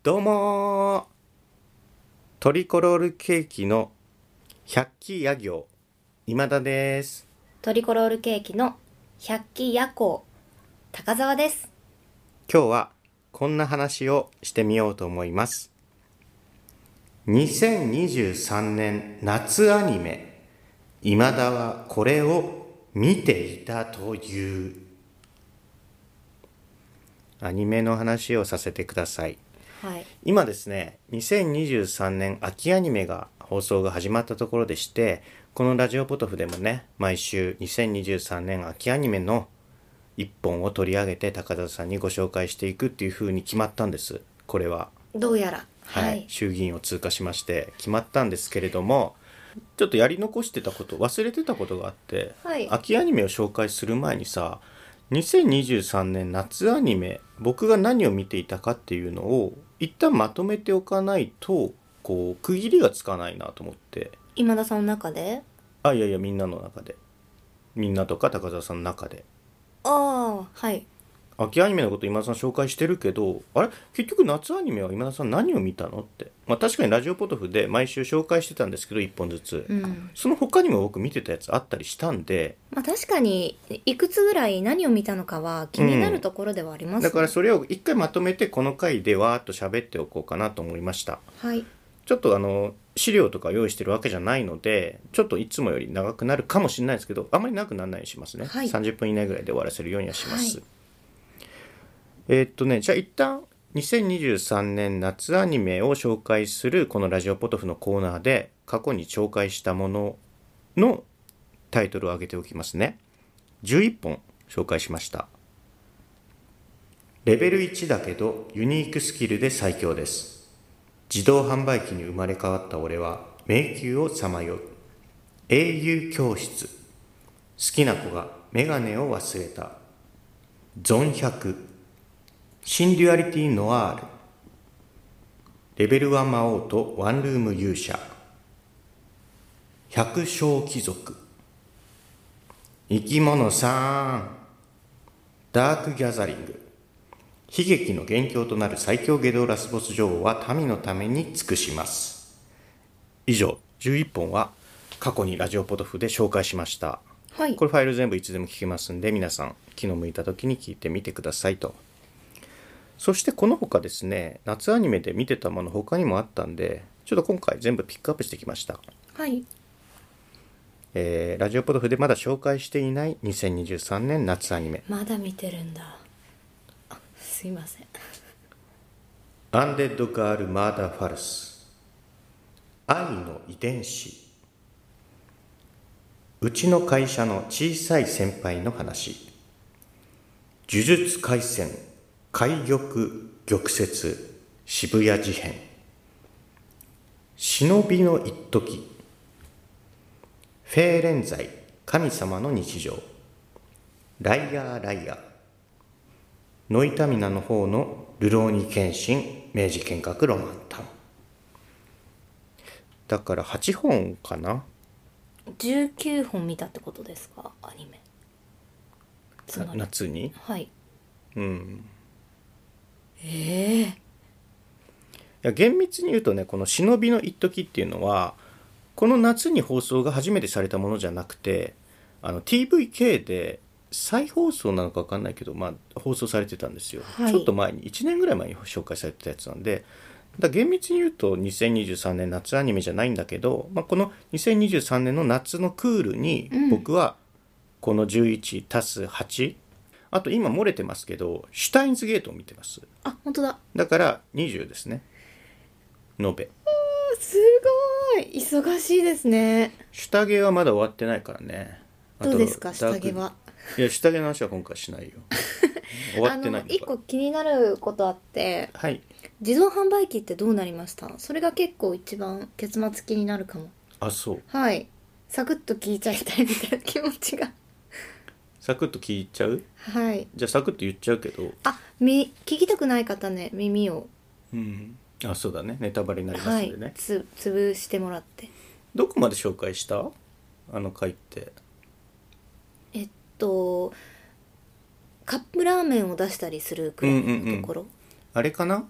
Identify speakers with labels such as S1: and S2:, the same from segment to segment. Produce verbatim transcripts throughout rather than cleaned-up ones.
S1: どうもトリコロールケーキの百鬼夜行今田です。
S2: トリコロールケーキの百鬼夜行高澤です。
S1: 今日はこんな話をしてみようと思います。にせんにじゅうさんねん夏アニメ、今田はこれを見ていたというアニメの話をさせてください。
S2: はい。
S1: 今ですね、にせんにじゅうさんねん秋アニメが放送が始まったところでして、このラジオポトフでもね、毎週にせんにじゅうさんねん秋アニメの一本を取り上げて高田さんにご紹介していくっていう風に決まったんです。これは、
S2: どうやら、
S1: はい、
S2: はい。
S1: 衆議院を通過しまして決まったんですけれども、ちょっとやり残してたこと、忘れてたことがあって、
S2: はい。
S1: 秋アニメを紹介する前にさ、にせんにじゅうさんねん夏アニメ、僕が何を見ていたかっていうのを一旦まとめておかないと、こう区切りがつかないなと思って。
S2: 今田さんの中で、
S1: あ、いやいや、みんなの中で、みんなとか高澤さんの中で
S2: ああ、はい。
S1: 秋アニメのこと今田さん紹介してるけど、あれ結局夏アニメは今田さん何を見たのって。まあ確かにラジオポトフで毎週紹介してたんですけど、いっぽんずつ、
S2: うん。
S1: その他にも僕見てたやつあったりしたんで、
S2: まあ確かに、いくつぐらい何を見たのかは気になるところではありますね。
S1: だからそれを一回まとめてこの回でわーっと喋っておこうかなと思いました。
S2: はい。
S1: ちょっとあの資料とか用意してるわけじゃないので、ちょっといつもより長くなるかもしれないですけど、あまり長くならないようにしますね、
S2: はい、
S1: さんじゅっぷん以内ぐらいで終わらせるようにはします、
S2: はい、
S1: えーっとねじゃあ一旦にせんにじゅうさんねん夏アニメを紹介するこのラジオポトフのコーナーで過去に紹介したもののタイトルを挙げておきますね。じゅういっぽん紹介しました。レベルいちだけどユニークスキルで最強です。自動販売機に生まれ変わった俺は迷宮をさまよう。英雄教室。好きな子がメガネを忘れた。ゾンひゃく。新デュアリティノワール。レベルいち魔王とワンルーム勇者。百姓貴族。生き物さん。ダークギャザリング。悲劇の元凶となる最強ゲドラスボス女王は民のために尽くします。以上じゅういっぽんは過去にラジオポトフで紹介しました。
S2: はい。
S1: これファイル全部いつでも聞けますんで、皆さん気の向いた時に聞いてみてくださいと。そしてこの他ですね、夏アニメで見てたもの他にもあったんで、ちょっと今回全部ピックアップしてきました。
S2: はい。
S1: えー、ラジオポトフでまだ紹介していないにせんにじゅうさんねん夏アニメ、
S2: まだ見てるんだ。あ、すいません。
S1: アンデッドガールマーダーファルス。愛の遺伝子。うちの会社の小さい先輩の話。呪術廻戦海玉玉折渋谷事変。忍びの一時。フェーレンザイ神様の日常。ライアーライアー。ノイタミナの方の流浪に献身明治剣閣ロマンタン。だからはちほんかな。
S2: じゅうきゅうほん見たってことですか、アニメ。つまり
S1: 夏に。
S2: はい。
S1: うん
S2: ええー、
S1: いや厳密に言うとね、この忍びの一時っていうのはこの夏に放送が初めてされたものじゃなくて、あの ティーブイケー で再放送なのか分かんないけど、まあ、放送されてたんですよ、
S2: はい、
S1: ちょっと前にいちねんぐらい前に紹介されてたやつなんで、だ厳密に言うとにせんにじゅうさんねん夏アニメじゃないんだけど、まあ、このにせんにじゅうさんねんの夏のクールに僕はこのじゅういちたすはち、あと今漏れてますけどシュタインズゲートを見てます。
S2: あ、本当だ。
S1: だからにじゅうですね、延べ。
S2: すごい忙しいですね。
S1: 下着はまだ終わってないからね。あと
S2: どうですか、
S1: ダーク
S2: 下着は。
S1: いや下着の話は今回しないよ終わってない
S2: あの、
S1: のか。
S2: 一個気になることあって、
S1: はい。
S2: 自動販売機ってどうなりました？それが結構一番結末気になるかも。
S1: あ、そう。
S2: はい。サクッと聞いちゃいたいみたいな気持ちが。
S1: サクッと聞いちゃう。
S2: はい。
S1: じゃあサクッと言っちゃうけど、
S2: あ、み、聞きたくない方ね、耳を、
S1: うん、あ、そうだね、ネタバレになりま
S2: はい、
S1: すんでね、
S2: つ、潰してもらって。
S1: どこまで紹介した、あの回って。
S2: えっと、カップラーメンを出したりするくらいのところ。
S1: あれかな、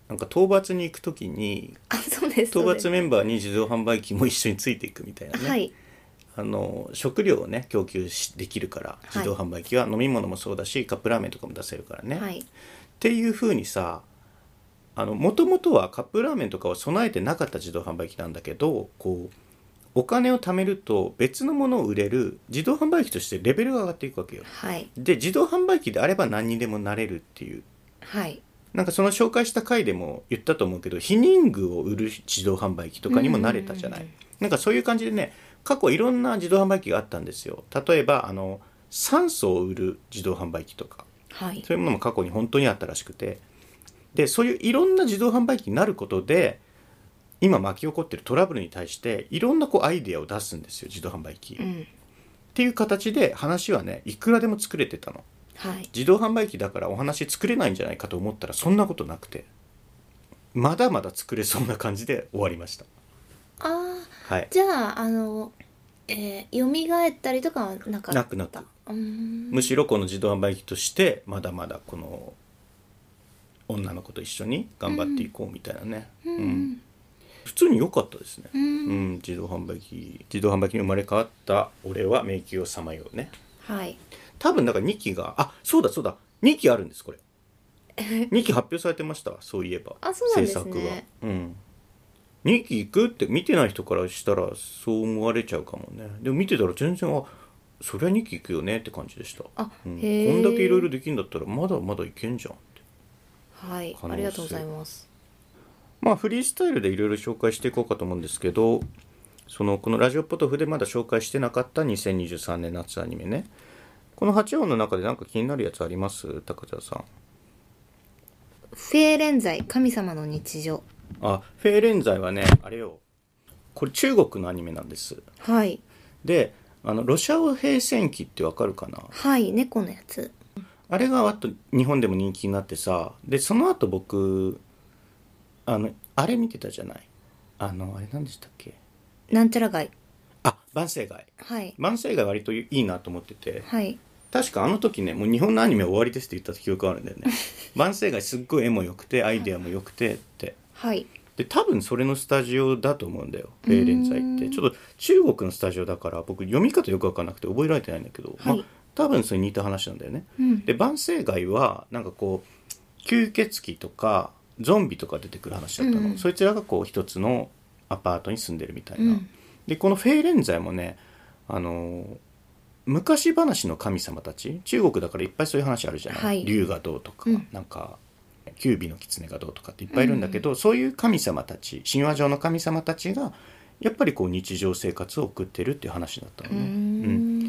S1: なんか討伐に行く時に
S2: あ、そうです
S1: 討
S2: そうです
S1: 伐メンバーに自動販売機も一緒についていくみたいなね、
S2: はい。
S1: あの食料をね供給しできるから自動販売機は飲み物もそうだしカップラーメンとかも出せるからね、
S2: はい。
S1: っていう風にさ、もともとはカップラーメンとかを備えてなかった自動販売機なんだけど、こうお金を貯めると別のものを売れる自動販売機としてレベルが上がっていくわけよ。
S2: はい。
S1: で自動販売機であれば何にでもなれるっていう、
S2: はい。
S1: なんかその紹介した回でも言ったと思うけど、避妊具を売る自動販売機とかにもなれたじゃない。
S2: うんうんうん
S1: なんかそういう感じでね、過去いろんな自動販売機があったんですよ。例えばあの酸素を売る自動販売機とか、
S2: はい。
S1: そういうものも過去に本当にあったらしくて、でそういういろんな自動販売機になることで今巻き起こっているトラブルに対していろんなこうアイデアを出すんですよ、自動販売機、
S2: うん。
S1: っていう形で話はねいくらでも作れてたの。
S2: はい。
S1: 自動販売機だからお話作れないんじゃないかと思ったらそんなことなくて、まだまだ作れそうな感じで終わりました。
S2: ああ、
S1: はい、
S2: じゃああの、えー、蘇ったりとかはなかった。
S1: なくなく、
S2: うーん。
S1: むしろこの自動販売機としてまだまだこの女の子と一緒に頑張っていこうみたいなね、
S2: うん
S1: うん、普通に良かったですね、
S2: うん
S1: うん、自動販売機自動販売機に生まれ変わった俺は迷宮をさまようね。
S2: はい。
S1: 多分だからにきが、あ、そうだそうだ、にきあるんですこれ。にき発表されてましたそういえば。
S2: あ、そうなんですね。
S1: 制作が、うん、にき行くって見てない人からしたらそう思われちゃうかもね。でも見てたら全然、あ、そりゃにき行くよねって感じでした。
S2: あ、
S1: うん、こ
S2: へー
S1: んだけいろいろできるんだったらまだまだいけんじゃんって。
S2: はい。
S1: 可能性
S2: ありがとうございます。
S1: まあフリースタイルでいろいろ紹介していこうかと思うんですけど、そのこのラジオポトフでまだ紹介してなかったにせんにじゅうさんねん夏アニメね。このはちほんの中で何か気になるやつあります？高田さん。
S2: フェーレン剤神様の日常。
S1: あ、フェーレン剤はね、あれよ、これ中国のアニメなんです。
S2: はい。
S1: で、あのロシア語平戦記ってわかるかな？
S2: はい、猫のやつ。
S1: あれがあと日本でも人気になってさ、でその後僕あのあれ見てたじゃない、あのあれ何でしたっけ、
S2: なんちゃら街。
S1: あ、万世街。
S2: はい。
S1: 万世街割といいなと思ってて、
S2: はい。
S1: 確かあの時ね、もう日本のアニメ終わりですって言った記憶があるんだよね。万世街すっごい絵も良くてアイデアも良くてって。
S2: はい。
S1: で多分それのスタジオだと思うんだよ、フェーレン剤って。ちょっと中国のスタジオだから僕読み方よく分かんなくて覚えられてないんだけど、
S2: はい、
S1: まあ多分それに似た話なんだよね、
S2: うん、
S1: で万世街はなんかこう吸血鬼とかゾンビとか出てくる話だったの、うん、そいつらがこう一つのアパートに住んでるみたいな、うん、でこのフェーレン剤もね、あのー、昔話の神様たち、中国だからいっぱいそういう話あるじゃない、はい、竜がどうとか、うん、なんか九尾の狐がどうとかっていっぱいいるんだけど、うん、そういう神様たち、神話上の神様たちがやっぱりこう日常生活を送ってるっていう話だったのね。うん、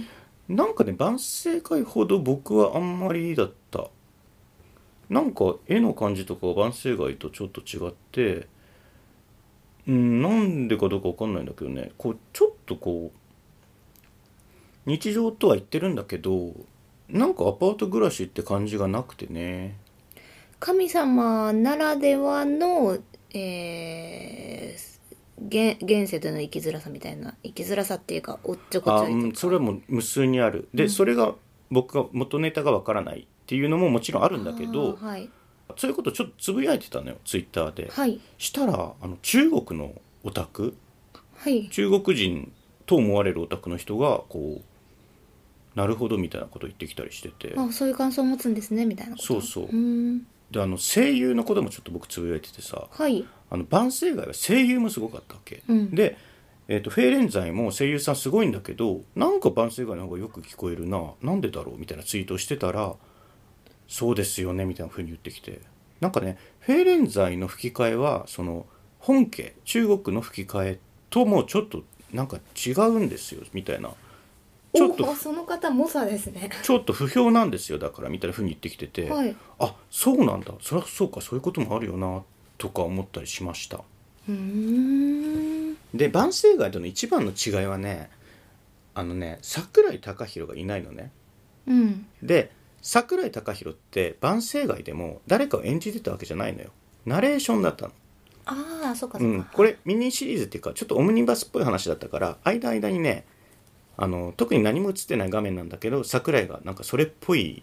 S1: なんかね万世界ほど僕はあんまりだった。なんか絵の感じとかが万世界とちょっと違って、うん、なんでかどうかわかんないんだけどね、こうちょっとこう日常とは言ってるんだけど、なんかアパート暮らしって感じがなくてね。
S2: 神様ならではの、えー、現, 現世での生きづらさみたいな、生きづらさっていうかおっちょこちょいとか、あ、うん、
S1: それはもう無数にある。で、うん、それが僕が元ネタがわからないっていうのももちろんあるんだけど、はい、そういうことちょっとつぶやいてたのよツイッターで、はい、したらあの中国のオタク、はい、中国人と思われるオタクの人がこうなるほどみたいなこと言ってきたりしてて、
S2: あ、そういう感想を持つんですねみたいなこと。
S1: そうそう。
S2: うーん、
S1: であの声優のこともちょっと僕つぶやいててさ、
S2: はい、
S1: あの万世街は声優もすごかったわけ、うん、で、えーと、フェーレン剤も声優さんすごいんだけど、なんか万世街の方がよく聞こえるな、なんでだろうみたいなツイートをしてたら、そうですよねみたいな風に言ってきて、なんかねフェーレン剤の吹き替えはその本家中国の吹き替えともちょっとなんか違うんですよみたいな、
S2: ちょっとその方猛者ですね、
S1: ちょっと不評なんですよだからみたいな風に言ってきてて、はい、あ、そうなんだ、そりゃそうか、そういうこともあるよなとか思ったりしました。
S2: うーん、
S1: で万世街との一番の違いはね、あのね桜井貴宏がいないのね、うん、で桜井貴宏って万世街でも誰かを演じてたわけじゃないのよ、ナレーションだったの。
S2: ああ、そうかそうか、
S1: うん、これミニシリーズっていうかちょっとオムニバスっぽい話だったから、間々にね、あの特に何も映ってない画面なんだけど桜井がなんかそれっぽい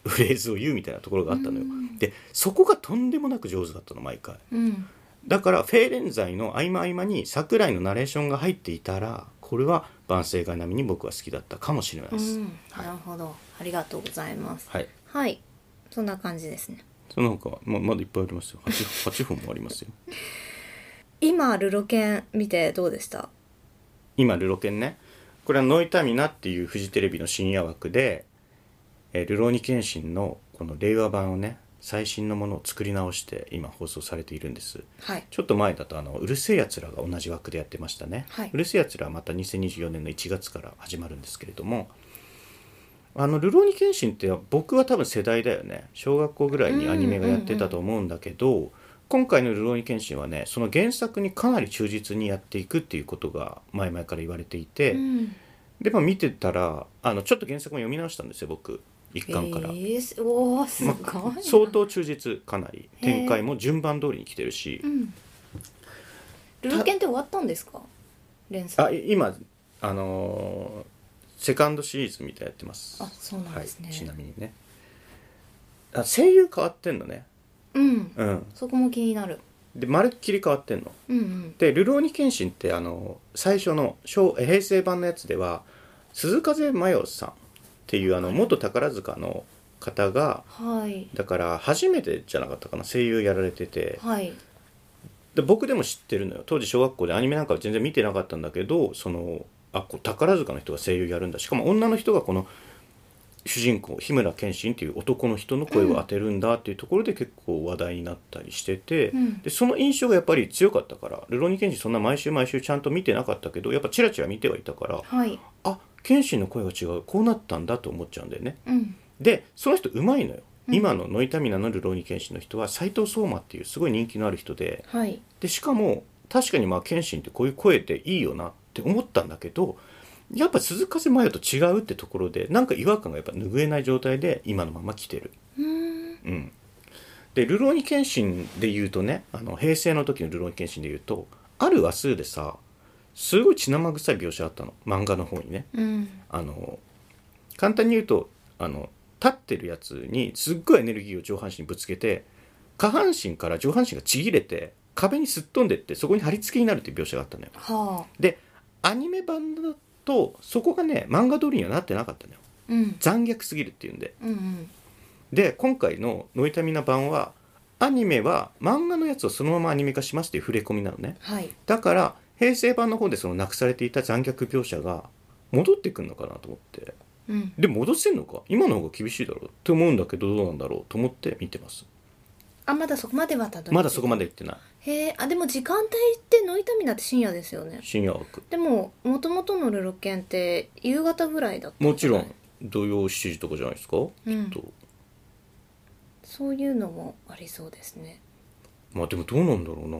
S1: フレーズを言うみたいなところがあったのよ、
S2: うん、
S1: でそこがとんでもなく上手だったの毎回、
S2: うん、
S1: だからフェーレン剤の合間合間に桜井のナレーションが入っていたらこれは万世街並みに僕は好きだったかもしれないです、
S2: うん、なるほど、ありがとうございます。
S1: はい、
S2: はい、そんな感じですね。
S1: その他は ま, まだいっぱいありますよ。 8, 8本もありますよ
S2: 今ルロケン見てどうでした？
S1: 今ルロケンね、これはノイタミナっていうフジテレビの深夜枠で、えー、ルローニケンシンのこの令和版をね最新のものを作り直して今放送されているんです、
S2: はい、
S1: ちょっと前だとあのうるせえやつらが同じ枠でやってましたね、
S2: はい、
S1: うるせえやつらはまたにせんにじゅうよねんのいちがつから始まるんですけれども、あのルローニケンシンって僕は多分世代だよね、小学校ぐらいにアニメがやってたと思うんだけど、うんうんうん、今回のルローニケンシンはねその原作にかなり忠実にやっていくっていうことが前々から言われていて、うん、でまあ見てたらあのちょっと原作も読み直したんですよ僕一巻から、え
S2: ー、おーすごい、
S1: ま、相当忠実、かなり展開も順番通りに来てるし、うん、
S2: ルロケンって終わったんですか連載？
S1: あ今あのーセカンドシリーズみたいなやってます。
S2: あ、そうなんですね、
S1: はい、ちなみにねあ声優変わってんのね、
S2: うん、うん、そこも気になる。
S1: でまるっきり変わってんの、
S2: うんうん、
S1: でルローニケンシンってあの最初の平成版のやつでは鈴風真世さんっていうあの元宝塚の方が、
S2: はい、
S1: だから初めてじゃなかったかな声優やられてて、
S2: はい、
S1: で僕でも知ってるのよ、当時小学校でアニメなんかは全然見てなかったんだけど、そのあこう宝塚の人が声優やるんだ、しかも女の人がこの主人公日村謙信っていう男の人の声を当てるんだっていうところで結構話題になったりしてて、うん、でその印象がやっぱり強かったから、ルローニケンシンそんな毎週毎週ちゃんと見てなかったけどやっぱチラチラ見てはいたから、
S2: はい、
S1: あ謙信の声が違う、こうなったんだと思っちゃうんだよね、
S2: うん、で
S1: その人うまいのよ、うん、今のノイタミナのルローニケンシンの人は斉藤壮馬っていうすごい人気のある人で、
S2: はい、
S1: でしかも確かにまあ謙信ってこういう声でいいよなって思ったんだけど、やっぱ鈴風真世と違うってところでなんか違和感がやっぱ拭えない状態で今のまま来てる。
S2: うーん、
S1: うん、でルローニケンシンで言うとね、あの平成の時のルローニケンシンで言うとある話数でさすごい血生臭い描写あったの、漫画の方にね、
S2: うん、
S1: あの簡単に言うとあの立ってるやつにすっごいエネルギーを上半身にぶつけて下半身から上半身がちぎれて壁にすっ飛んでってそこに貼り付けになるっていう描写があったのよ、
S2: はあ、
S1: でアニメ版だとそこがね漫画通りにはなってなかったのよ、
S2: うん、
S1: 残虐すぎるっていうんで、
S2: うんうん、
S1: で今回のノイタミナ版はアニメは漫画のやつをそのままアニメ化しますっていう触れ込みなのね、
S2: はい、
S1: だから平成版の方でそのなくされていた残虐描写が戻ってくるのかなと思って、
S2: うん、
S1: で戻せんのか、今の方が厳しいだろうって思うんだけどどうなんだろうと思って見てます。
S2: あ、まだそこまではたどり着いて
S1: まだそこまで行ってない。
S2: へえ、あ、でも時間帯ってノイタミナって深夜ですよね。
S1: 深夜枠。
S2: でも元々のルロケンって夕方ぐらいだったんじゃない？
S1: もちろん土曜しちじとかじゃないですか、
S2: うん、
S1: きっと。
S2: そういうのもありそうですね。
S1: まあでもどうなんだろうな。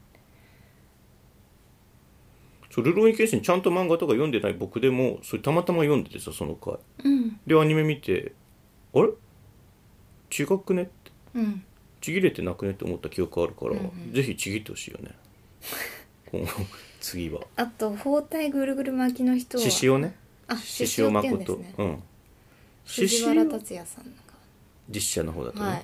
S1: そうルローニケンシンちゃんと漫画とか読んでない僕でもそれたまたま読んでてさ、その回、
S2: うん、で
S1: アニメ見てあれ違くねって、
S2: うん、
S1: ちぎれてなくねって思った記憶あるから、うんうん、ぜひちぎってほしいよね次は。
S2: あと包帯ぐるぐる巻きの人は
S1: 獅子雄ね、
S2: あ、獅子雄って言うんですね。
S1: うん、
S2: 藤原竜也さんが
S1: 実写の方だとね、
S2: はい、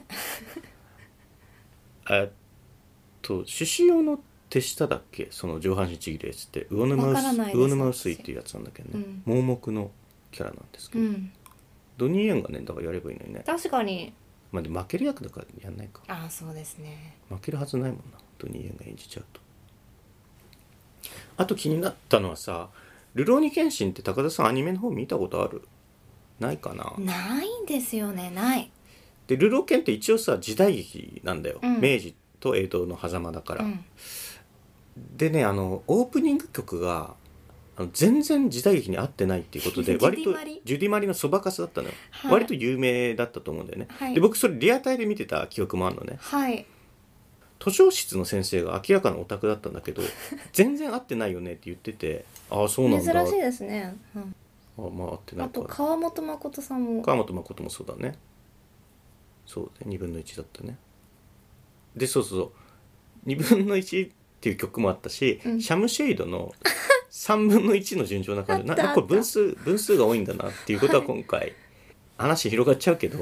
S1: えっと獅子雄の手下だっけ、その上半身ちぎるやつって魚沼薄いっていうやつなんだけどね、うん、盲目のキャラなんですけど、うん、ドニー・イエンがねだからやればいいのにね。
S2: 確かに。
S1: まあで負ける役だからやんないか。
S2: ああそうですね、
S1: 負けるはずないもんな、ドニー・イエンが演じちゃうと。あと気になったのはさ、ルローニケンシンって高田さんアニメの方見たことある？ないかな。
S2: ないんですよね、ない。
S1: でルロケンって一応さ時代劇なんだよ、
S2: うん、
S1: 明治と江戸の狭間だから、
S2: うん、
S1: でね、あのオープニング曲があの全然時代劇に合ってないっていうことで割とジュディマリのそばかすだったのよ、はい、割と有名だったと思うんだよね、はい、で僕それリアタイで見てた記憶もあるのね、
S2: はい、
S1: 図書室の先生が明らかなオタクだったんだけど全然合ってないよねって言ってて、ああそうなんだ、
S2: 珍しいですね、うん、
S1: あまあ合ってないか。
S2: あと川本誠さんも
S1: 川本誠もそうだね、そうでにぶんのいちだったね。でそうそうそうにぶんのいちっていう曲もあったし、うん、シャムシェイドのさんぶんのいちの順調な感じな、なんかこれ分数分数が多いんだなっていうことは今回、はい、話広がっちゃうけど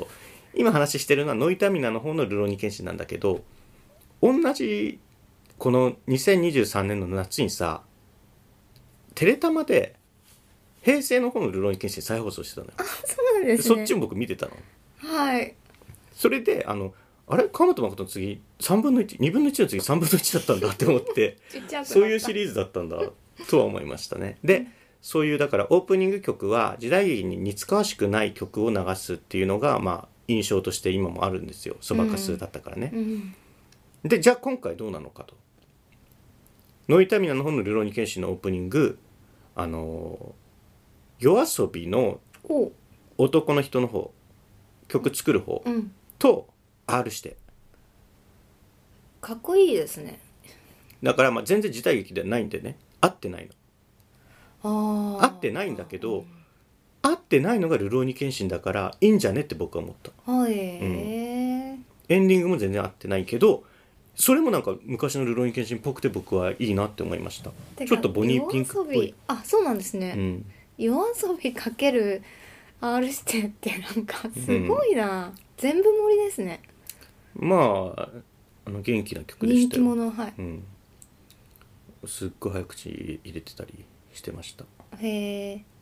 S1: 今話してるのはノイタミナの方のルローニケンシンなんだけど、同じこのにせんにじゅうさんねんの夏にさ、テレタマで平成の方のルローニケンシン再放送してたのよ。
S2: そうなんですね。
S1: そっちも僕見てたの。
S2: はい。
S1: それであのあれ川本誠の次さんぶんのいち、にぶんのいちの次さんぶんのいちだったんだって思って
S2: ちっちゃくなった。
S1: そういうシリーズだったんだとは思いましたね。で、そういうだからオープニング曲は時代劇に似つかわしくない曲を流すっていうのがまあ印象として今もあるんですよ。そばかすだったからね、
S2: うん、
S1: でじゃあ今回どうなのかと。ノイタミナの方のルローニケンシンのオープニング、あの夜遊びの男の人の方、曲作る方と R して
S2: かっこいいですね。
S1: だからまあ全然時代劇ではないんでね、合ってないの。
S2: あ
S1: 合ってないんだけど、合ってないのがルローニケンシンだからいいんじゃねって僕は思った。
S2: はい、うん、
S1: エンディングも全然合ってないけど、それもなんか昔のルローニケンシンっぽくて僕はいいなって思いました。ちょっとボニーピンクっぽい。
S2: あ、そうなんですね、
S1: うん、
S2: 夜遊びかける R してってなんかすごいな、うん、全部盛りですね。
S1: まああの元気な曲でしたよ。
S2: 人気者、はい、
S1: うん、すっごい早口入れてたりしてました。
S2: へえ。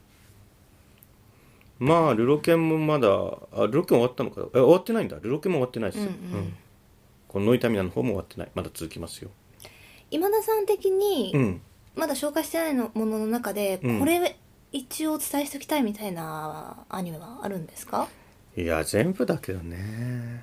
S1: まあルロケンもまだ、あルロケン終わったのか、え終わってないんだ。ルロケンも終わってないですよ、うんうんうん、このノイタミナの方も終わってない、まだ続きますよ。
S2: 今田さん的に、
S1: うん、
S2: まだ紹介してないのものの中で、うん、これ一応お伝えしておきたいみたいなアニメはあるんですか？
S1: いや全部だけどね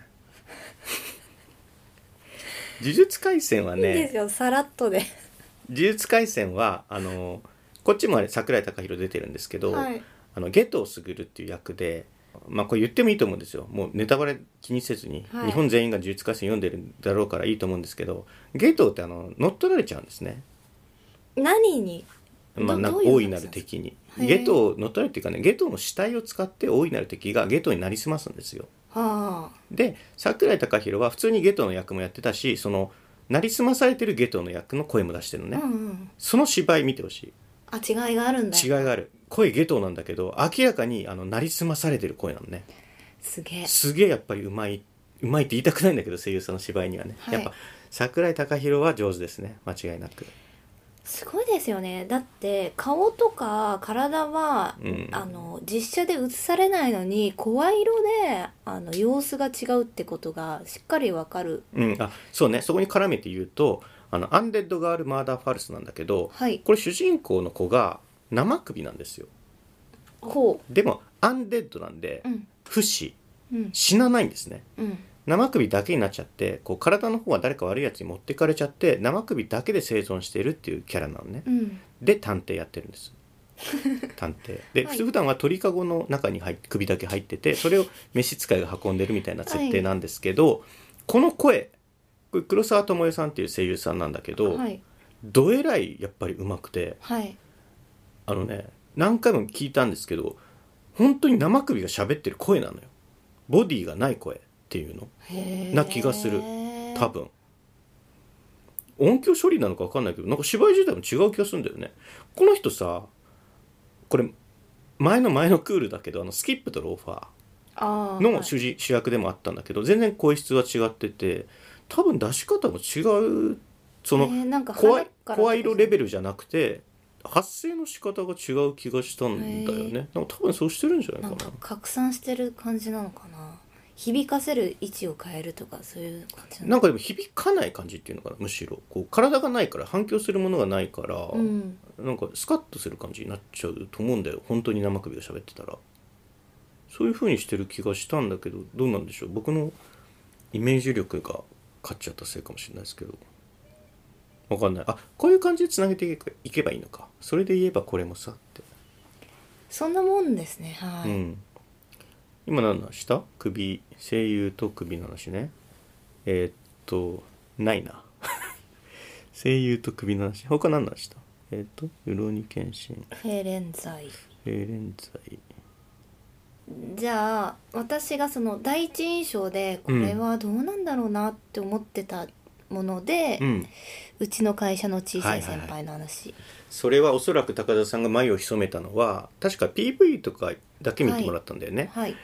S1: 呪術廻戦はね、
S2: いいですよさらっとで。
S1: 呪術廻戦はあのこっちもあれ櫻井貴宏出てるんですけど、はい、あの夏油傑っていう役で、まあこれ言ってもいいと思うんですよ。もうネタバレ気にせずに、はい、日本全員が呪術廻戦読んでるだろうからいいと思うんですけど、夏油ってあの乗っ取られちゃうんですね。
S2: 何に？
S1: まあ、なんか大いなる敵に夏油乗っ取られるっていうかね、夏油の死体を使って大いなる敵が夏油になりすますんですよ。はあ、で櫻井貴宏は普通に夏油の役もやってたし、そのなりすまされてる夏油の役の声も出してるのね、うんうん、その芝居見てほしい。
S2: あ、違いがあるんだ。
S1: 違いがある。声夏油なんだけど明らかにあのなりすまされてる声なのね。
S2: すげえ
S1: すげえやっぱりうまいうまいって言いたくないんだけど、声優さんの芝居にはね、はい、やっぱ櫻井貴宏は上手ですね、間違いなく。
S2: すごいですよね。だって顔とか体は、うん、あの実写で映されないのに声色であの様子が違うってことがしっかりわかる、
S1: うん、あそうね。そこに絡めて言うと、あのアンデッドガールマーダーファルスなんだけど、はい、これ主人公の子が生首なんですよ。
S2: ほ
S1: うでもアンデッドなんで、うん、不死、うん、死なないんですね、うん、生首だけになっちゃって、こう体の方は誰か悪いやつに持ってかれちゃって生首だけで生存しているっていうキャラなのね、うん、で探偵やってるんです探偵で、はい、普段は鳥かごの中に入って首だけ入ってて、それを召使いが運んでるみたいな設定なんですけど、はい、この声これ黒沢智代さんっていう声優さんなんだけど、はい、どえらいやっぱり上手くて、はい、あのね何回も聞いたんですけど本当に生首が喋ってる声なのよ。ボディがない声っていうのな気がする。多分音響処理なのか分かんないけど、なんか芝居自体も違う気がするんだよね。この人さ、これ前の前のクールだけど、あのスキップとローファーの主, 主役でもあったんだけど、全然声質は違ってて、多分出し方も違う。その声声色レベルじゃなくて発声の仕方が違う気がしたんだよね。なんか多分そうしてるんじゃないかな。
S2: なんか拡散してる感じなのかな。響かせる位置を変えるとかそういう感じなの。
S1: なんかでも響かない感じっていうのかな。むしろこう体がないから反響するものがないから、うん、なんかスカッとする感じになっちゃうと思うんだよ。本当に生首が喋ってたらそういう風にしてる気がしたんだけど、どうなんでしょう。僕のイメージ力が勝っちゃったせいかもしれないですけど、わかんない。あ、こういう感じでつなげていけばいいのか。それで言えばこれもさって。
S2: そんなもんですね。はい。うん、
S1: 今何の話した？首、声優と首の話ね。えー、っとないな。声優と首の話。他何の話した？えー、っとルローニケンシン。
S2: フェーレンザイ。
S1: フェーレンザイ。
S2: じゃあ私がその第一印象でこれはどうなんだろうなって思ってたもので、うん、うちの会社の小さい先輩の話、はいはいはい、
S1: それはおそらく高田さんが眉を潜めたのは確か ピーブイ とかだけ見てもらったんだよね、はいはい、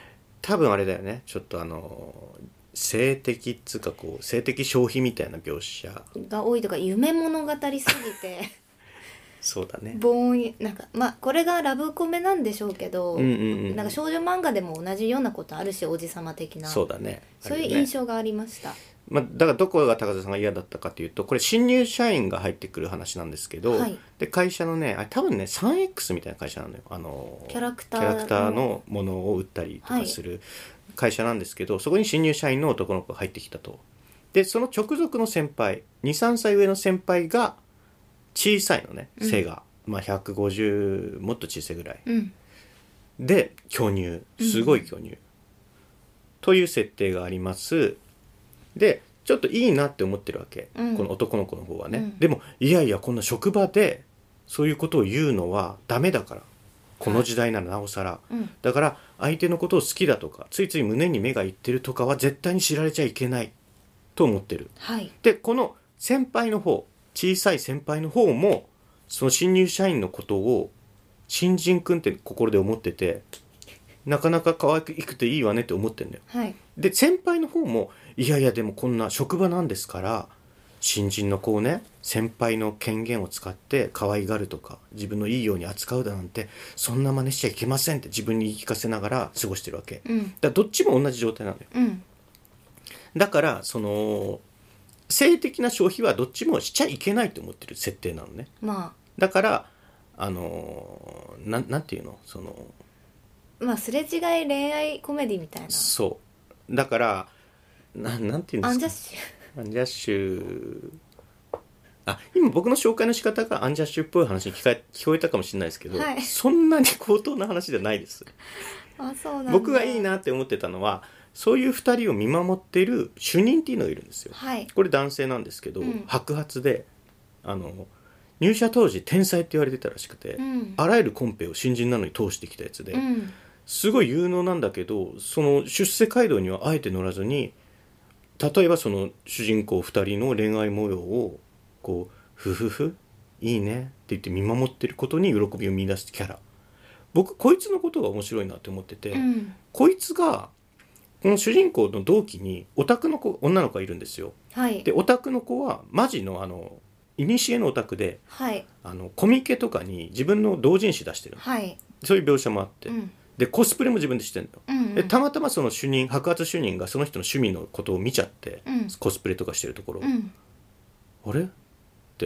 S1: 多分あれだよね、ちょっとあの性的っつうかこう性的消費みたいな描写
S2: が多いとか、夢物語すぎて
S1: そうだね、
S2: ぼんやなんかまあこれがラブコメなんでしょうけど、
S1: うんうんうん、
S2: なんか少女漫画でも同じようなことあるし、おじさま的な、
S1: そうだね、
S2: そういう印象がありました。
S1: まあ、だからどこが高田さんが嫌だったかというと、これ新入社員が入ってくる話なんですけど、
S2: はい、
S1: で会社のねあれ多分ね スリーエックス みたいな会社なのよ、あの
S2: キャラクター
S1: キャラクターのものを売ったりとかする会社なんですけど、はい、そこに新入社員の男の子が入ってきたと。でその直属の先輩 にさんさい上の先輩が小さいのね、背が、うん、まあ、ひゃくごじゅうもっと小さいぐらい、うん、で巨乳すごい巨乳、うん、という設定があります。でちょっといいなって思ってるわけ、うん、この男の子の方はね、うん、でもいやいやこんな職場でそういうことを言うのはダメだから、この時代ならなおさら、うん、だから相手のことを好きだとかついつい胸に目がいってるとかは絶対に知られちゃいけないと思ってる、はい、でこの先輩の方、小さい先輩の方もその新入社員のことを新人くんって心で思ってて、なかなか可愛くていいわねって思ってんだよ、はい、で先輩の方もいやいやでもこんな職場なんですから新人の子をね先輩の権限を使って可愛がるとか自分のいいように扱うだなんてそんな真似しちゃいけませんって自分に言い聞かせながら過ごしてるわけ、うん、だからどっちも同じ状態なのよ、うん、だからその性的な消費はどっちもしちゃいけないと思ってる設定なのね、まあ、だからあのな、なんていうのその
S2: まあすれ違い恋愛コメディみたいな、
S1: そうだからな, なんていうんですか、
S2: アンジャッシ
S1: ュアンジャッシュあ今僕の紹介の仕方がアンジャッシュっぽい話に聞か聞こえたかもしれないですけど、はい、そんなに高等な話じゃないです。
S2: あ、そうなんだ。
S1: 僕がいいなって思ってたのはそういうふたりを見守っている主任っていうのがいるんですよ、はい、これ男性なんですけど、うん、白髪であの入社当時天才って言われてたらしくて、うん、あらゆるコンペを新人なのに通してきたやつで、うん、すごい有能なんだけどその出世街道にはあえて乗らずに、例えばその主人公ふたりの恋愛模様をこうふふふいいねって言って見守ってることに喜びを見出すキャラ、僕こいつのことが面白いなって思ってて、うん、こいつがこの主人公の同期にオタクの子女の子がいるんですよ、はい、でオタクの子はマジのあのいにしえのオタクで、はい、あのコミケとかに自分の同人誌出してる、はい、そういう描写もあって、うん、でコスプレも自分でしてるの、うんうん、でたまたまその主任白髪主任がその人の趣味のことを見ちゃって、うん、コスプレとかしてるところ、うん、あれって、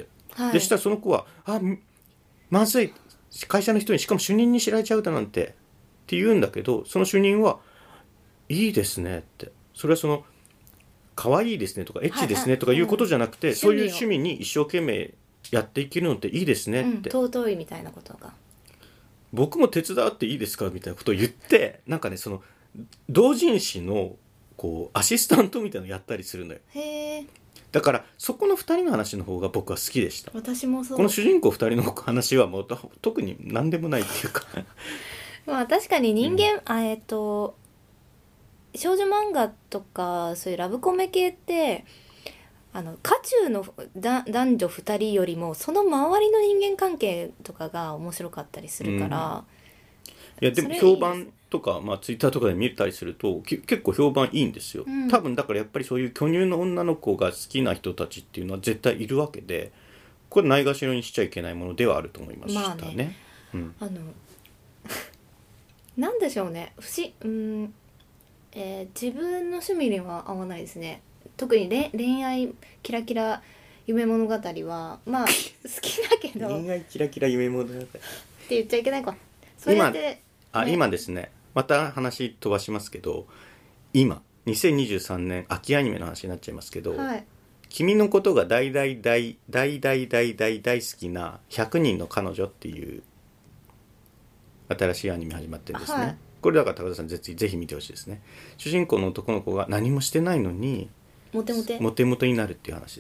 S1: はい、でしたらその子はあまずい会社の人にしかも主任に知られちゃうだなんてって言うんだけど、その主任はいいですねって、それはその可愛いですねとかエッチですねとかいうことじゃなくて、はい、そういう趣味に一生懸命やっていけるのっていいですねって、
S2: うん、尊いみたいなことが
S1: 僕も手伝っていいですかみたいなことを言って、なんかねその同人誌のこうアシスタントみたいなのやったりするのよ。へー、だからそこのふたりの話の方が僕は好きでした。
S2: 私もそう。
S1: この主人公ふたりの話はもう特に何でもないっていうか
S2: まあ確かに人間、うん、あえっと少女漫画とかそういうラブコメ系ってあの渦中のだ男女ふたりよりもその周りの人間関係とかが面白かったりするから、
S1: うん、いやでも評判とか、まあ、ツイッターとかで見たりすると結構評判いいんですよ、うん、多分だからやっぱりそういう巨乳の女の子が好きな人たちっていうのは絶対いるわけで、これないがしろにしちゃいけないものではあると思いましたね、まあね、うん、
S2: あのなんでしょうね、不思うんえー、自分の趣味には合わないですね。特に恋愛キラキラ夢物語はまあ好きだけど
S1: 恋愛キラキラ夢物語って
S2: 言っちゃいけないか。それって、ね、
S1: 今あ今ですね、また話飛ばしますけど、今にせんにじゅうさんねん秋アニメの話になっちゃいますけど、はい、君のことが大大大大大大大大好きなひゃくにんの彼女っていう新しいアニメ始まってるんですね、はい、これだから高田さんぜひぜひ見てほしいですね。主人公の男の子が何もしてないのに
S2: モテモテ
S1: モテモテになるっていう話です。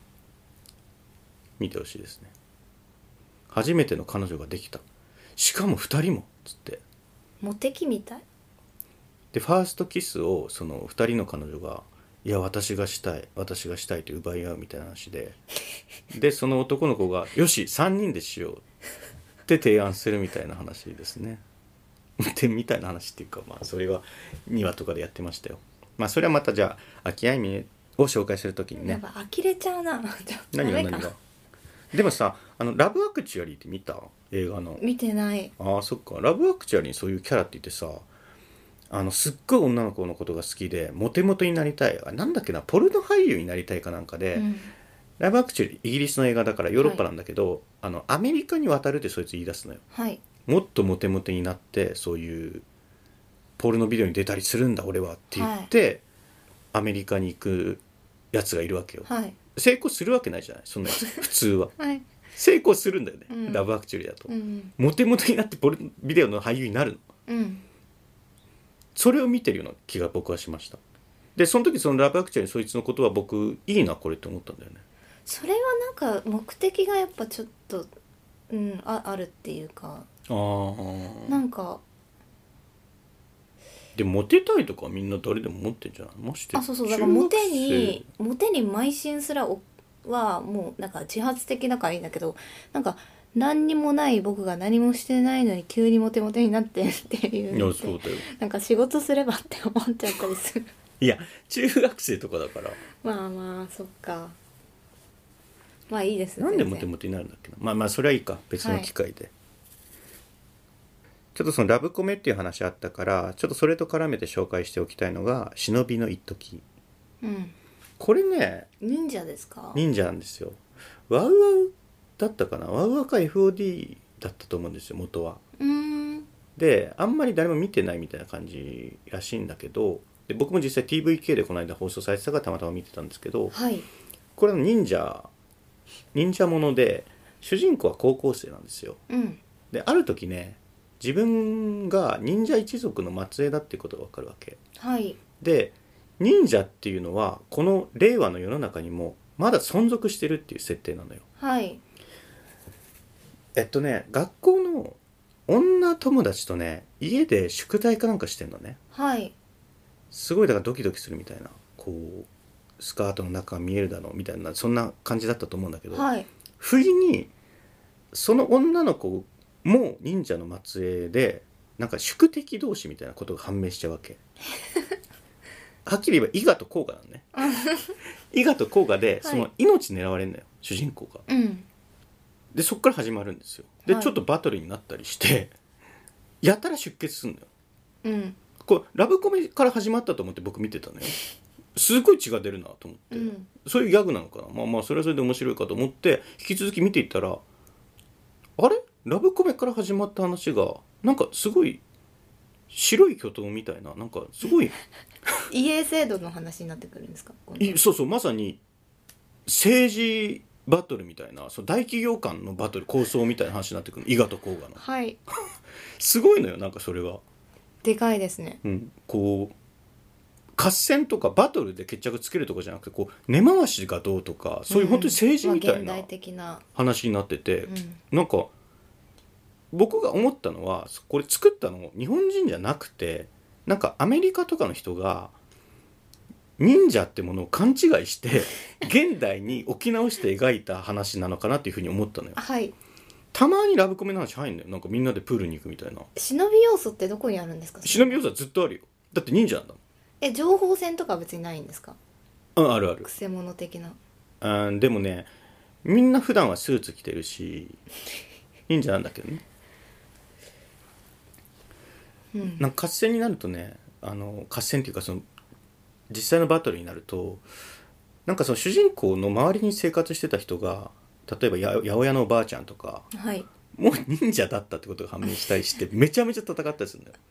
S1: 見てほしいですね。初めての彼女ができた、しかもふたりもつって
S2: モテ期みたい
S1: で、ファーストキスをそのふたりの彼女がいや私がしたい私がしたいと奪い合うみたいな話ででその男の子がよしさんにんでしようって提案するみたいな話ですね。 運転みたいな話っていうか、まあそれはにわとかでやってましたよ。まあそれはまたじゃあ秋あいみを紹介するときにね。
S2: やっぱ呆れちゃうな。ちょっと
S1: 何が
S2: ダメか
S1: 何が。でもさ、あのラブアクチュアリーって見た？映画の。
S2: 見てない。
S1: ああそっか。ラブアクチュアリーにそういうキャラって言ってさ、あのすっごい女の子のことが好きでモテモテになりたい、あなんだっけな、ポルノ俳優になりたいかなんかで、
S2: うん、
S1: ラブアクチュアリーイギリスの映画だからヨーロッパなんだけど、はい、あのアメリカに渡るってそいつ言い出すのよ。
S2: はい、
S1: もっとモテモテになってそういうポルノビデオに出たりするんだ俺はって言って、はい、アメリカに行くやつがいるわけよ、
S2: はい、
S1: 成功するわけないじゃないそんなやつ普通は、
S2: はい、
S1: 成功するんだよね、
S2: うん、
S1: ラブアクチュアリーだと、
S2: うん、
S1: モテモテになってポルノビデオの俳優になるの、
S2: うん、
S1: それを見てるような気が僕はしました。でその時そのラブアクチュアリーそいつのことは僕いいなこれって思ったんだよね。
S2: それはなんか目的がやっぱちょっと、うん、あ, あるっていうか、
S1: あ
S2: なんか
S1: でもモテたいとかみんな誰でも持ってんじゃないまして。
S2: あそうそう、だからモテにモテに邁進すらはもうなんか自発的だからいいんだけど、なんか何にもない僕が何もしてないのに急にモテモテになってっていうのって、
S1: いやそうだよ、
S2: なんか仕事すればって思っちゃったりする
S1: いや中学生とかだから
S2: まあまあそっか、まあいいですね。
S1: なんでモテモテになるんだっけな。まあまあそれはいいか、別の機会で、はい、ちょっとそのラブコメっていう話あったからちょっとそれと絡めて紹介しておきたいのが忍びの一時、
S2: うん、
S1: これね
S2: 忍者ですか？
S1: 忍者なんですよ。ワウワウだったかな、ワウワウか エフオーディー だったと思うんですよ元は。
S2: うーん
S1: であんまり誰も見てないみたいな感じらしいんだけど、で僕も実際 ティーブイケー でこの間放送されてたからたまたま見てたんですけど、
S2: はい、
S1: これは忍者忍者もので主人公は高校生なんですよ、
S2: うん、
S1: である時ね自分が忍者一族の末裔だっていうことが分かるわけ、
S2: はい、
S1: で忍者っていうのはこの令和の世の中にもまだ存続してるっていう設定なのよ。
S2: はい、
S1: えっとね学校の女友達とね家で宿題かなんかしてんのね。
S2: はい、
S1: すごいだからドキドキするみたいな、こうスカートの中が見えるだろうみたいなそんな感じだったと思うんだけど、
S2: はい、
S1: 不意にその女の子も忍者の末裔でなんか宿敵同士みたいなことが判明しちゃうわけはっきり言えば伊賀と甲賀なのね伊賀と甲賀でその命狙われるのよ、主人公が、
S2: うん、
S1: でそっから始まるんですよ。で、はい、ちょっとバトルになったりしてやたら出血するのよ、
S2: うん、
S1: こうラブコメから始まったと思って僕見てたのよ。すごい血が出るなと思って、うん、そういうギャグなのかな、まあまあそれはそれで面白いかと思って引き続き見ていったら、あれラブコメから始まった話がなんかすごい白い巨頭みたいな、なんかすごい
S2: 家営制度の話になってくるんですか？
S1: そうそう、まさに政治バトルみたいな、その大企業間のバトル構想みたいな話になってくるの、伊賀と甲賀の、
S2: はい
S1: すごいのよ、なんかそれが
S2: でかいですね、
S1: うん、こう合戦とかバトルで決着つけるとかじゃなくて、こう根回しがどうとかそういう本当に政治みたいな話になってて、
S2: うんまあ、
S1: なんか僕が思ったのはこれ作ったの日本人じゃなくて、なんかアメリカとかの人が忍者ってものを勘違いして現代に置き直して描いた話なのかなっていうふうに思ったのよ。
S2: はい、
S1: たまにラブコメの話入んのよ、なんかみんなでプールに行くみたいな。
S2: 忍び要素ってどこにあるんですか？
S1: 忍び要素はずっとあるよ、だって忍者なんだもん。
S2: え、情報戦とか別にないんですか？
S1: うん、あるある。
S2: くせ者的な。
S1: うん、でもねみんな普段はスーツ着てるし忍者なんだけどね、うん、なんか合戦になるとね、あの合戦っていうかその実際のバトルになると、なんかその主人公の周りに生活してた人が例えばや八百屋のおばあちゃんとか、
S2: はい、
S1: もう忍者だったってことが判明したりしてめちゃめちゃ戦ったりするんだよ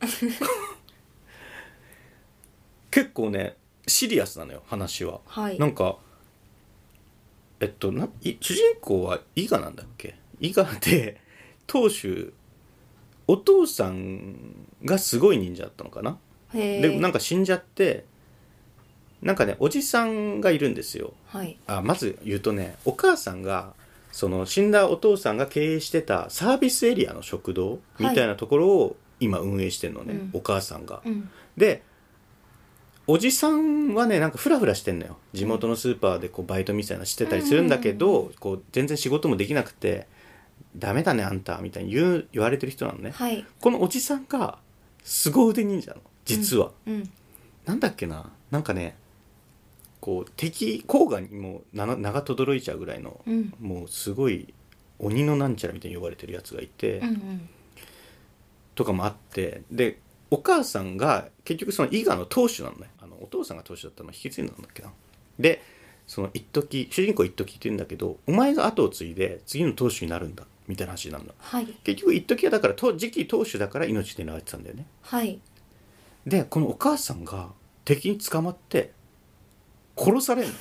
S1: 結構ねシリアスなのよ話は、
S2: はい、
S1: なんかえっとな主人公は伊賀なんだっけ、伊賀で当主お父さんがすごい忍者だったのかな。でなんか死んじゃって、なんかねおじさんがいるんですよ、
S2: はい、
S1: あまず言うとね、お母さんがその死んだお父さんが経営してたサービスエリアの食堂みたいなところを今運営してるのね、はい、お母さんが、うん、でおじさんはねなんかフラフラしてんのよ、地元のスーパーでこうバイトみたいなしてたりするんだけど、こう全然仕事もできなくてダメだねあんたみたいに言う言われてる人なのね、
S2: はい、
S1: このおじさんが凄腕忍者の実は、
S2: うんうん
S1: なんだっけな、なんかねこう敵甲賀にも名が名が轟いちゃうぐらいの、
S2: うん
S1: もうすごい鬼のなんちゃらみたいに呼ばれてるやつがいて、
S2: うんうん
S1: とかもあって、でお母さんが結局その伊賀の当主なんだよ。あのお父さんが当主だったのを引き継いだんだっけな。でその一時主人公一時って言うんだけど、お前が後を継いで次の当主になるんだみたいな話なんだ。
S2: はい
S1: 結局一時はだからと次期当主だから命狙われてたんだよね。
S2: はい
S1: でこのお母さんが敵に捕まって殺されんの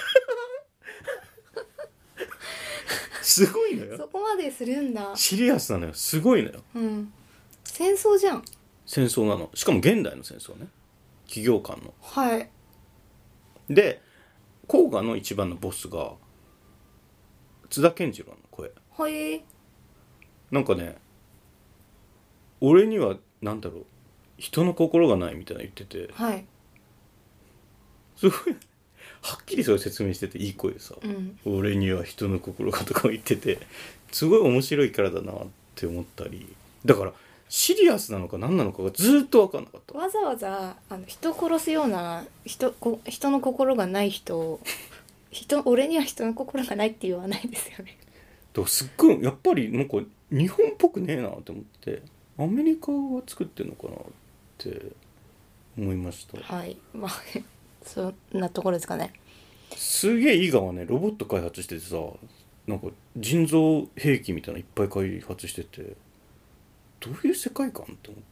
S1: すごいのよ。
S2: そこまでするんだ。
S1: シリアスなのよ。すごいのよ。
S2: うん戦争じゃん。
S1: 戦争なの。しかも現代の戦争ね。企業間の。
S2: はい
S1: で甲賀の一番のボスが津田健次郎の声。
S2: はい
S1: なんかね、俺にはなんだろう、人の心がないみたいな言ってて、
S2: はい
S1: すごいはっきりそれ説明してていい声でさ、
S2: うん
S1: 俺には人の心がとか言ってて、すごい面白いキャラだなって思ったり、だからシリアスなのか何なのかがずっと分かんなかった。
S2: わざわざあの人殺すような人こ人の心がない人を人俺には人の心がないって言わないですよね。
S1: だからすっごいやっぱりなんか日本っぽくねえなって思って、アメリカが作ってんのかなって思いました。
S2: はいまあそんなところですかね。
S1: すげえ伊賀はねロボット開発しててさ、なんか人造兵器みたいなのいっぱい開発してて、どういう世界観って思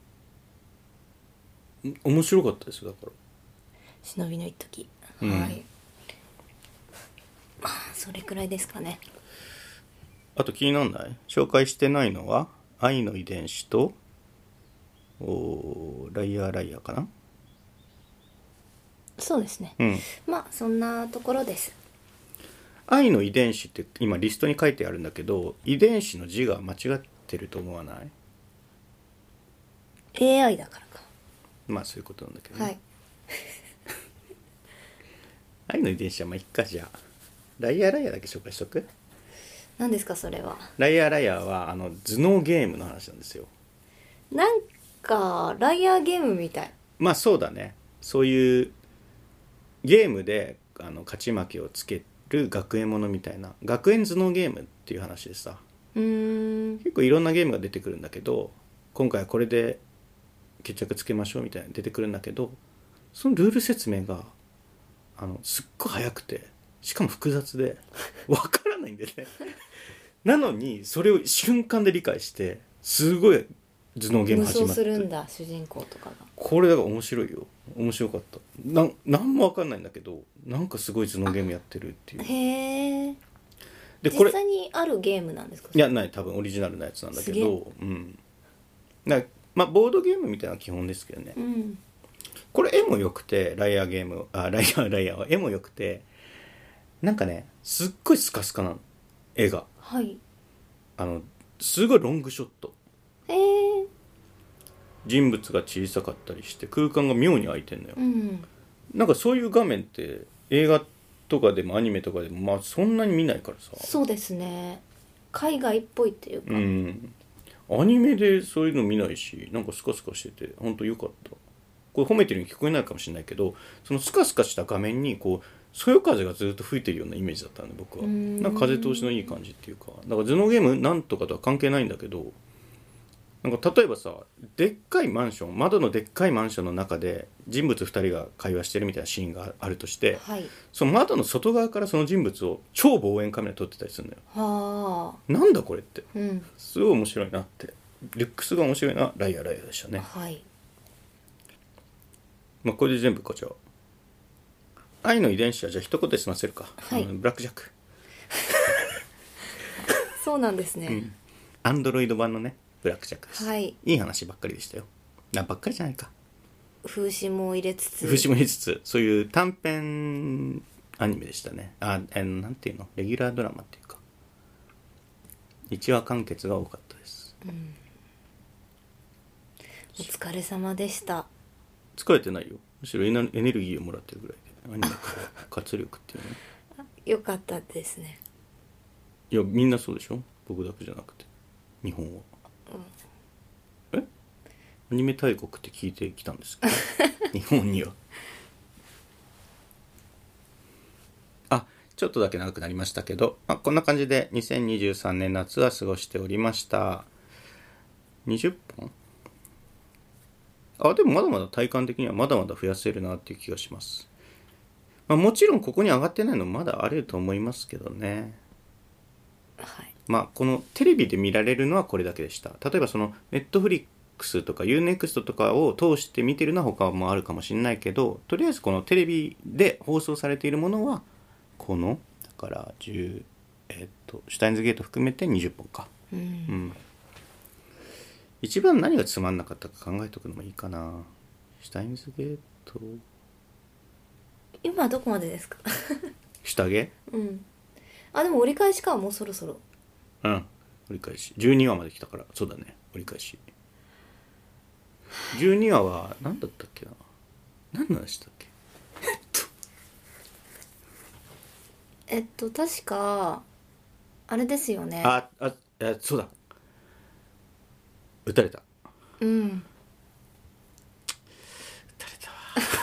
S1: ってん面白かったですよ。だから
S2: 忍びの一時、
S1: うん
S2: はいまあそれくらいですかね。
S1: あと気になんない紹介してないのは愛の遺伝子とおーライアーライアーかな。
S2: そうですね、
S1: うん
S2: まあそんなところです。
S1: 愛の遺伝子って今リストに書いてあるんだけど、遺伝子の字が間違ってると思わない？
S2: エーアイ だからか。
S1: まあそういうことなんだけどね、
S2: はい
S1: 愛の遺伝子はまあいっか。じゃあライアーライアーだけ紹介しとく。
S2: 何ですかそれは。
S1: ライアーライアーはあの頭脳ゲームの話なんですよ。
S2: なんかライアーゲームみたい。
S1: まあそうだね。そういうゲームであの勝ち負けをつける学園ものみたいな学園頭脳ゲームっていう話でさ、
S2: うーん
S1: 結構いろんなゲームが出てくるんだけど、今回はこれで決着つけましょうみたいなの出てくるんだけど、そのルール説明があのすっごい早くて、しかも複雑でわからないんだよねなのにそれを瞬間で理解してすごい頭脳ゲーム
S2: 無双
S1: 始まって
S2: するんだ主人公とかが。
S1: これだから面白いよ。面白かった。なん何も分かんないんだけど、なんかすごい頭脳ゲームやってるっていう。
S2: へえ。
S1: でこれ
S2: 実際にあるゲームなんですか。
S1: いやない、多分オリジナルなやつなんだけ
S2: すげ
S1: ど、うんなまあボードゲームみたいな基本ですけどね。
S2: うん
S1: これ絵も良くて、ライアーゲームあライアーライアーは絵も良くて、なんかねすっごいスカスカなの絵が。
S2: はい
S1: あのすごいロングショット、
S2: へえ。
S1: 人物が小さかったりして空間が妙に空いてんのよ。
S2: うん
S1: なんかそういう画面って映画とかでもアニメとかでもまあそんなに見ないからさ。
S2: そうですね。海外っぽいっていうか。
S1: うんアニメでそういうの見ないし、なんかスカスカしてて本当良かった。これ褒めてるように聞こえないかもしれないけど、そのスカスカした画面にこうそよ風がずっと吹いてるようなイメージだったんで僕は。
S2: うーん
S1: なんか風通しのいい感じっていうか、だから頭脳ゲームなんとかとは関係ないんだけど、なんか例えばさ、でっかいマンション、窓のでっかいマンションの中で人物ふたりが会話してるみたいなシーンがあるとして、
S2: はい。
S1: その窓の外側からその人物を超望遠カメラで撮ってたりするのよ。
S2: はあ。
S1: なんだこれって、
S2: うん
S1: すごい面白いなって、ルックスが面白いな、ライアーライアーでしたね。
S2: はい
S1: まあこれで全部か。じゃあ愛の遺伝子はじゃあ一言で済ませるか。
S2: はい
S1: あのブラックジャック、
S2: そうなんですね。
S1: アンドロイド版のねブラックジャックです。
S2: はい。
S1: いい話ばっかりでしたよ。あばっかりじゃないか、
S2: 風刺も入れつつ。
S1: 節も入れつつ、そういう短編アニメでしたね。ああのなんていうの、レギュラードラマっていうかいちわ完結が多かったです。
S2: お疲れ様でした。
S1: 疲れてないよ、むしろエネエネルギーをもらってるぐらいで、アニメから活力っていうね。
S2: よかったですね。
S1: いやみんなそうでしょ、僕だけじゃなくて日本は。 アニメ大国って聞いてきたんですけど日本には。あ、ちょっとだけ長くなりましたけど、まあ、こんな感じでにせんにじゅうさんねん夏は過ごしておりました。にじゅっぽん、あ、でもまだまだ体感的にはまだまだ増やせるなっていう気がします。まあ、もちろんここに上がってないのまだあると思いますけどね。
S2: はい。
S1: まあこのテレビで見られるのはこれだけでした。例えばそのネットフリックスとか ユーネクスト とかを通して見てるのは他もあるかもしれないけど、とりあえずこのテレビで放送されているものはこのだからじゅうえっとシュタインズゲート含めてにじゅっぽんか。
S2: うん、
S1: うん。一番何がつまんなかったか考えておくのもいいかな。シュタインズゲート
S2: 今どこまでですか？
S1: 下着。
S2: うん。あ、でも折り返しか、もうそろそろ。
S1: うん、折り返しじゅうにわまで来たから、そうだね、折り返しじゅうにわは何だったっけな、何の話だっけ
S2: えっと確かあれですよね。
S1: ああ、あ、そうだ、撃たれた
S2: うん。
S1: 撃たれた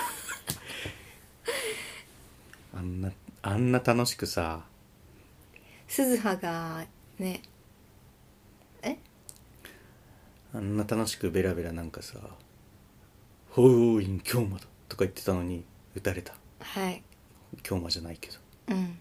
S1: わあんなあんな楽しくさ、
S2: 鈴葉がね、え
S1: あんな楽しくベラベラなんかさ「ホーイン京馬だ」とか言ってたのに撃たれた。
S2: はい。
S1: 京馬じゃないけど、
S2: うん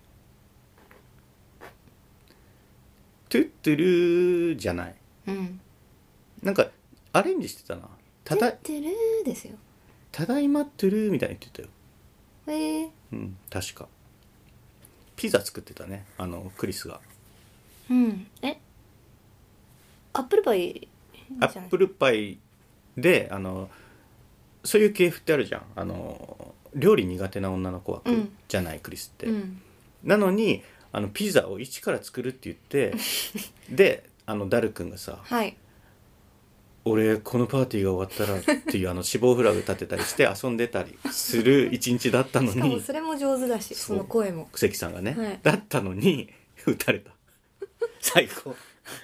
S1: トゥットゥルーじゃない、
S2: うん。
S1: なんかアレンジしてたな。ただ
S2: てるーですよ。
S1: ただいまトゥルーみたいに言ってたよ。
S2: えー、
S1: うん、確かピザ作ってたね、あのクリスが。
S2: うんえアップルパイ
S1: アップルパイで、あのそういう系譜ってあるじゃん、あの料理苦手な女の子枠
S2: うん
S1: じゃない、クリスって、
S2: うん。
S1: なのにあのピザを一から作るって言ってで、あのダル君がさ
S2: はい。
S1: 「俺このパーティーが終わったら」っていうあの死亡フラグ立てたりして遊んでたりする一日だったの
S2: しかも
S1: に、
S2: それも上手だし、その声も。
S1: 関さんがね、
S2: はい
S1: だったのに撃たれた最高。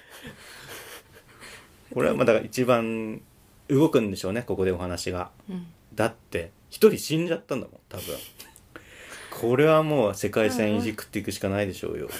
S1: これはまあだから一番動くんでしょうね、ここでお話が。
S2: うん
S1: だって一人死んじゃったんだもん多分。これはもう世界線いじくっていくしかないでしょうよ。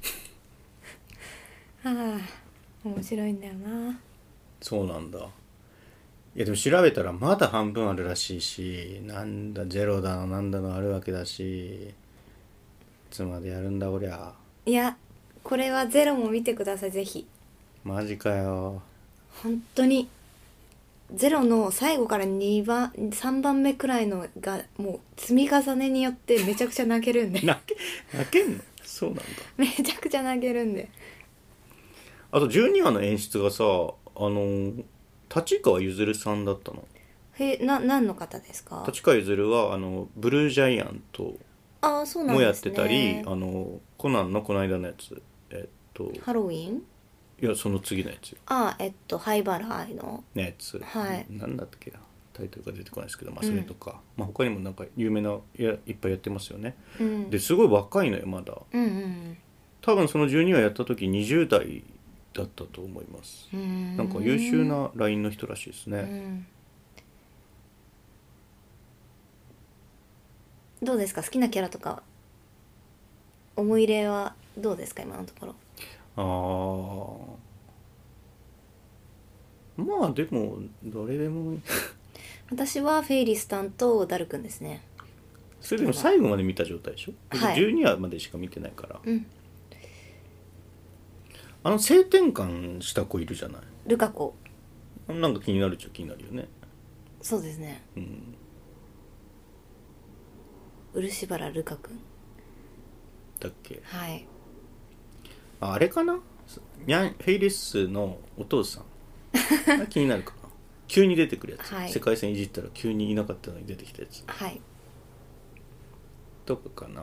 S2: はあ、面白いんだよな。
S1: そうなんだ。いやでも調べたらまだ半分あるらしいし、なんだゼロだのなんだのあるわけだし、いつまでやるんだこりゃ。
S2: いや、これはゼロも見てください、ぜひ。
S1: マジかよ。
S2: 本当にゼロの最後からにばんさんばんめくらいのがもう積み重ねによってめちゃくちゃ泣けるんで
S1: 泣け泣けんの？そうなんだ。
S2: めちゃくちゃ泣けるんで。
S1: あとじゅうにわの演出がさ、あの立川ゆずるさんだったの。
S2: へな何の方ですか？
S1: 立川ゆずるはあのブルージャイアント
S2: ああ、そうなん
S1: もやっ
S2: ですね。
S1: てたり、あのコナンのこの間のやつ、えっと
S2: ハロウィン、
S1: いやその次のやつよ、
S2: ああ、えっと灰原愛の、
S1: のやつ、
S2: はい
S1: なんだったっけな、タイトルが出てこないですけど、まあ、それとか、まあ、他にもなんか有名ないやいっぱいやってますよね。
S2: うん、
S1: ですごい若いのよまだ。
S2: うんうん
S1: 多分そのじゅうにわやった時にじゅう代だったと思います。
S2: うん、
S1: なんか優秀なラインの人らしいです
S2: う
S1: ね。
S2: ん。どうですか、好きなキャラとか思い入れはどうですか、今のところ？
S1: ああ、まあでもどれでもいい
S2: 私はフェイリスタンとダルくんですね。
S1: それでも最後まで見た状態でしょ、
S2: はい
S1: じゅうにわまでしか見てないから。
S2: うん。
S1: あの性転換した子いるじゃない、
S2: ルカ子。
S1: なんか気になるっちゃ気になるよね。
S2: そうですね。
S1: うん、
S2: 漆原ルカくん。
S1: だっけ。
S2: はい。
S1: あ、あれかな、ニャンフェイリスのお父さんあれ気になるかな急に出てくるやつ、
S2: はい
S1: 世界線いじったら急にいなかったのに出てきたやつ
S2: はい。
S1: とかかな。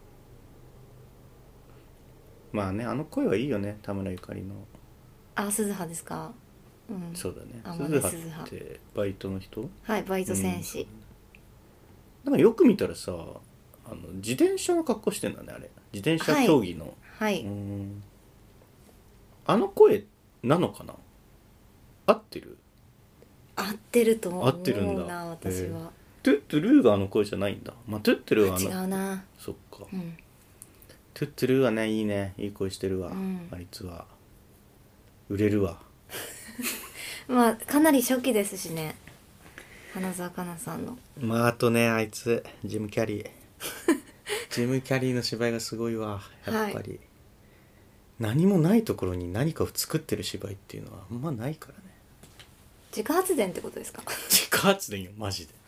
S1: まあね、あの声はいいよね、田村ゆかりの。
S2: あ、鈴葉ですか？うん。
S1: そうだね、
S2: あ、
S1: 鈴葉
S2: まだ鈴葉。
S1: ってバイトの人。
S2: はい、バイト戦士。
S1: なんかよく見たらさ、あの自転車の格好してんだね、あれ自転車競技の、
S2: はい。
S1: うーん、あの声なのかな、合ってる？
S2: 合ってると思うな。
S1: 合ってるんだ
S2: 私は。
S1: トゥットゥルーがあの声じゃないんだ。まあトゥットゥルーはあの
S2: 違うな。
S1: そっか、
S2: うん、
S1: トゥットゥルーはねいいね、いい声してるわ、
S2: うん、
S1: あいつは売れるわ。
S2: まあかなり初期ですしね、花澤香菜さんの。
S1: まああとね、あいつジム・キャリージム・キャリーの芝居がすごいわやっぱり、はい、何もないところに何かを作ってる芝居っていうのはあんまないからね。
S2: 自家発電ってことですか？
S1: 自家発電よマジで。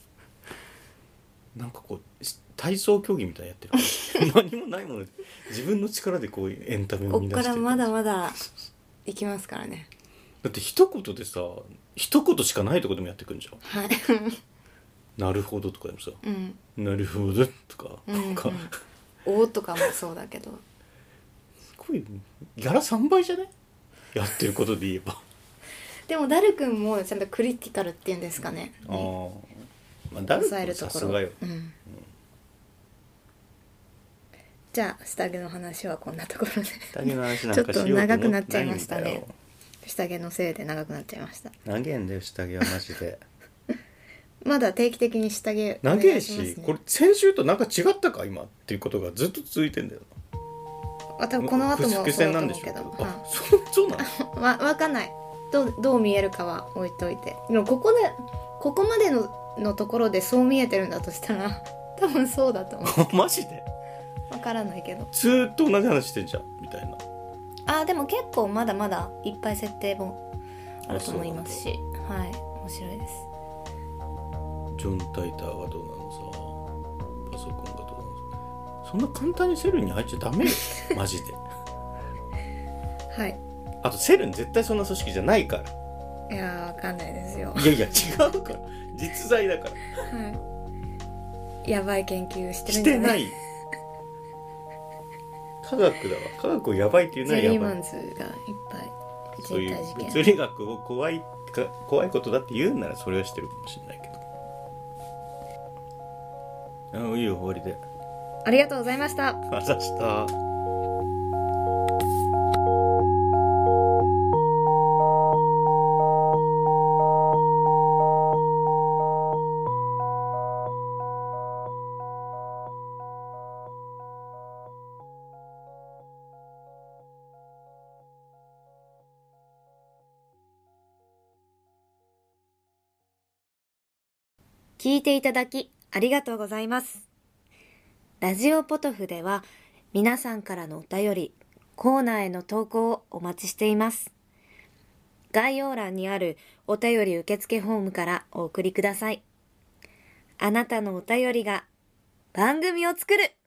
S1: なんかこう体操競技みたいにやってる何もないもので自分の力でこうエンタメを生み出してる。こっから
S2: まだまだいきますからね。
S1: だって一言でさ、一言しかないとこでもやってくんじゃん。
S2: はい
S1: なるほどとかでもさ、
S2: うん、
S1: なるほどとか、
S2: うんうん、
S1: なんか
S2: おーとかもそうだけど
S1: すごいギャラさんばいじゃね、やってることで言えば
S2: でもダルくんもちゃんとクリティカルっていうんですかね、
S1: あ、まあ、ダルくんさすがよ、
S2: うんうん、じゃあ下着の話はこんなところで
S1: 下着の話なん
S2: ちょっと
S1: かしようと思ってないんだよ。
S2: 長くなっちゃいましたね。下着のせいで長くなっちゃいました。
S1: 長えんだよ下着はマジで
S2: まだ定期的に下着
S1: 長えし、これ先週となんか違ったか今っていうことがずっと続いてんだよ
S2: な。あ、多分この後もそうだと思うけど、
S1: あ、そうそうなの
S2: わ分かんない、どう、どう見えるかは置いといて。でもここでここまでののところでそう見えてるんだとしたら多分そうだと思う
S1: マジで
S2: 分からないけど、
S1: ずっと同じ話してんじゃんみたいな。
S2: あ、でも結構まだまだいっぱい設定もあると思いますし、はい、面白いです。
S1: ジョン・タイターがどうなのさ、パソコンがどうなのさ、そんな簡単にセルンに入っちゃダメよマジで
S2: はい。
S1: あとセルン絶対そんな組織じゃないから。
S2: いやーわかんないですよ。
S1: いやいや違うから実在だから
S2: はい。やばい研究してるん
S1: し
S2: じゃない？
S1: てない科学だわ。科学をやばいっていうのはやばい。
S2: ジェリーマンズがいっぱい
S1: そういう
S2: 人体実験、
S1: 物理学を怖いか怖いことだって言うならそれはしてるかもしれないけど。あ、いいよ終わりで。
S2: ありがとうございました。
S1: あざした。
S2: 聞いていただきありがとうございます。ラジオポトフでは皆さんからのお便り、コーナーへの投稿をお待ちしています。概要欄にあるお便り受付フォームからお送りください。あなたのお便りが番組を作る